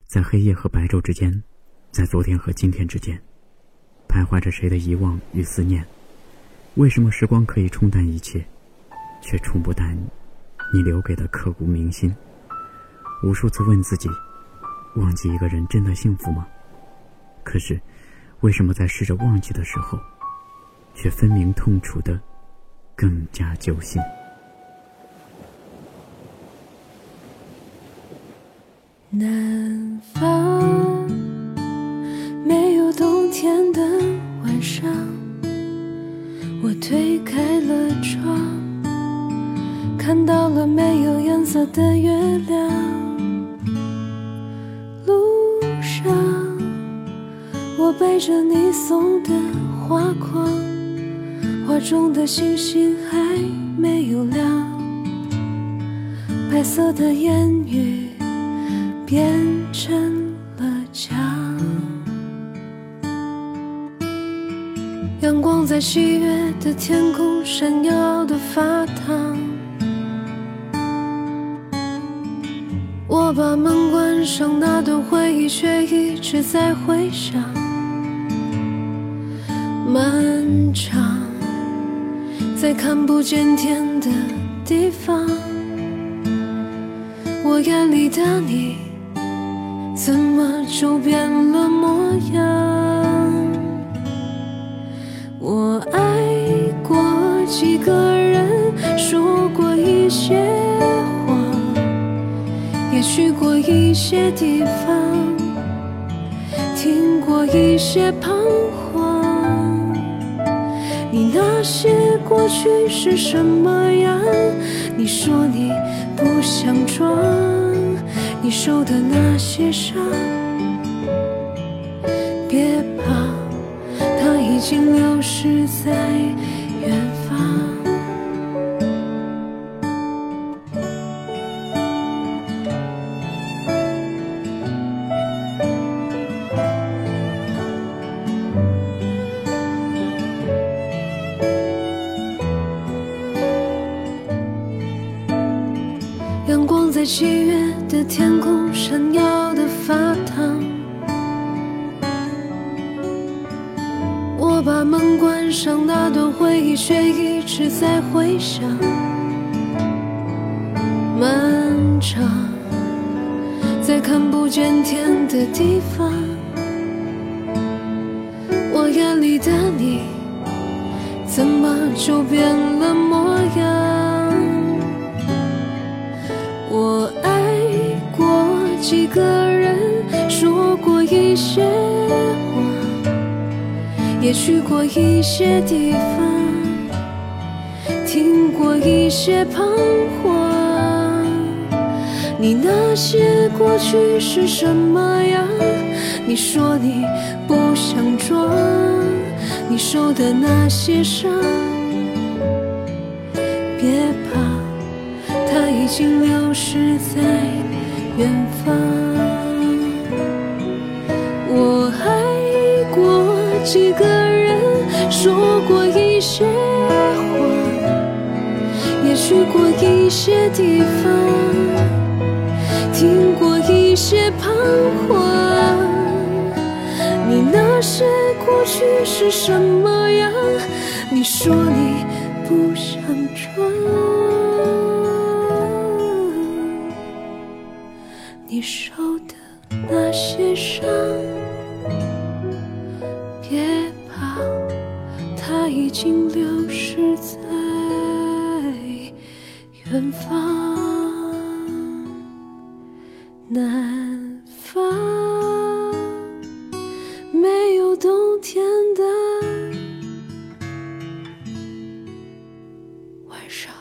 在黑夜和白昼之间，在昨天和今天之间，徘徊着谁的遗忘与思念。为什么时光可以冲淡一切，却冲不淡你留给的刻骨铭心？无数次问自己，忘记一个人真的幸福吗？可是为什么在试着忘记的时候，却分明痛楚的更加揪心？ 南方没有冬天的晚上，我推开了窗，看到了没有颜色的月亮。路上我背着你送的画框，画中的星星还没有亮，白色的言语变成了墙。阳光在七月的天空闪耀的发烫，我把门关上，那段回忆却一直在回响。漫长在看不见天的地方，我眼里的你怎么就变了模样？我爱过几个人，说过一些话，也去过一些地方，听过一些彷徨。你那些过去是什么样？你说你不想装，你受的那些伤，别怕，它已经流逝在远方。阳光在七月的天空闪耀的发烫，我把门关上，那段回忆却一直在回响。漫长在看不见天的地方，我眼里的你怎么就变了模样？我爱过几个人，说过一些话，也去过一些地方，听过一些彷徨。你那些过去是什么样？你说你不想装，你受的那些伤，别怕，它已经流逝在远方。我爱过几个人，说过一些话，也去过一些地方，听过一些彷徨。你那些过去是什么样？你说你不想装，你受的那些伤，别怕，它已经流逝在远方。南方没有冬天的晚上。